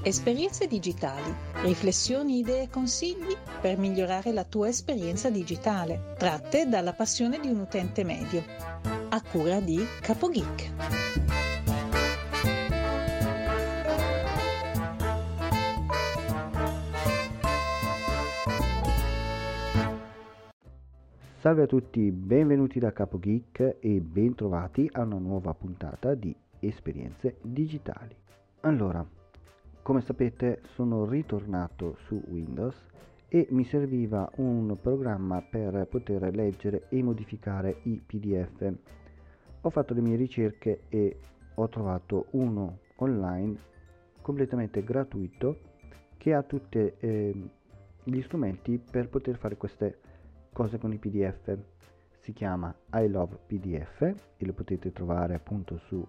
Esperienze digitali, riflessioni, idee e consigli per migliorare la tua esperienza digitale, tratte dalla passione di un utente medio, a cura di CapoGeek. Salve a tutti, benvenuti da CapoGeek e bentrovati a una nuova puntata di Esperienze digitali. Allora, come sapete sono ritornato su Windows e mi serviva un programma per poter leggere e modificare i PDF. Ho fatto le mie ricerche e ho trovato uno online completamente gratuito che ha tutti gli strumenti per poter fare queste cose con i PDF. Si chiama I Love PDF e lo potete trovare appunto su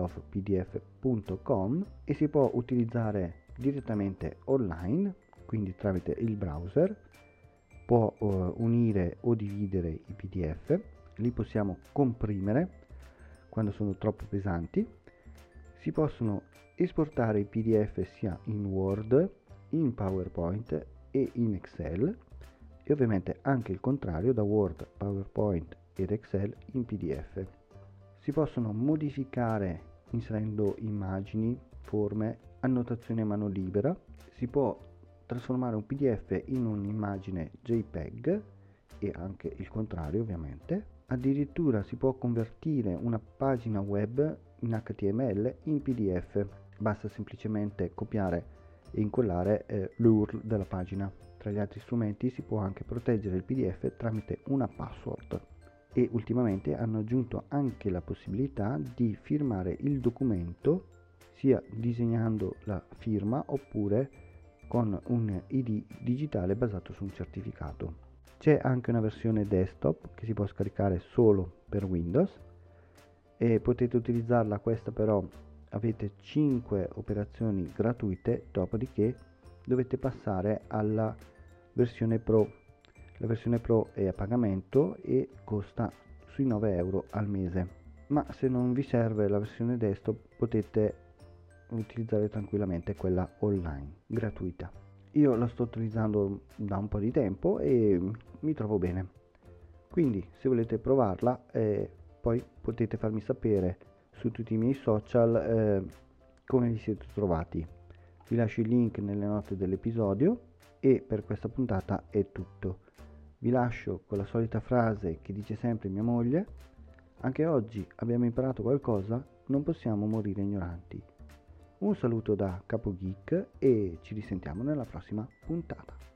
ilovepdf.com e si può utilizzare direttamente online, quindi tramite il browser. Può unire o dividere i PDF, li possiamo comprimere quando sono troppo pesanti, si possono esportare i PDF sia in Word, in PowerPoint e in Excel, e ovviamente anche il contrario, da Word, PowerPoint ed Excel in PDF. Si possono modificare inserendo immagini, forme, annotazioni a mano libera. Si può trasformare un PDF in un'immagine JPEG e anche il contrario ovviamente. Addirittura si può convertire una pagina web in HTML in PDF. Basta semplicemente copiare e incollare l'URL della pagina. Tra gli altri strumenti si può anche proteggere il PDF tramite una password e ultimamente hanno aggiunto anche la possibilità di firmare il documento sia disegnando la firma oppure con un ID digitale basato su un certificato. C'è anche una versione desktop che si può scaricare solo per Windows e potete utilizzarla. Questa però avete 5 operazioni gratuite, dopodiché dovete passare alla versione Pro. La versione Pro è a pagamento e costa sui 9 euro al mese, ma se non vi serve la versione desktop potete utilizzare tranquillamente quella online gratuita. Io la sto utilizzando da un po' di tempo e mi trovo bene, quindi se volete provarla poi potete farmi sapere su tutti i miei social come vi siete trovati. Vi lascio il link nelle note dell'episodio e per questa puntata è tutto. Vi lascio con la solita frase che dice sempre mia moglie: anche oggi abbiamo imparato qualcosa, non possiamo morire ignoranti. Un saluto da CapoGeek e ci risentiamo nella prossima puntata.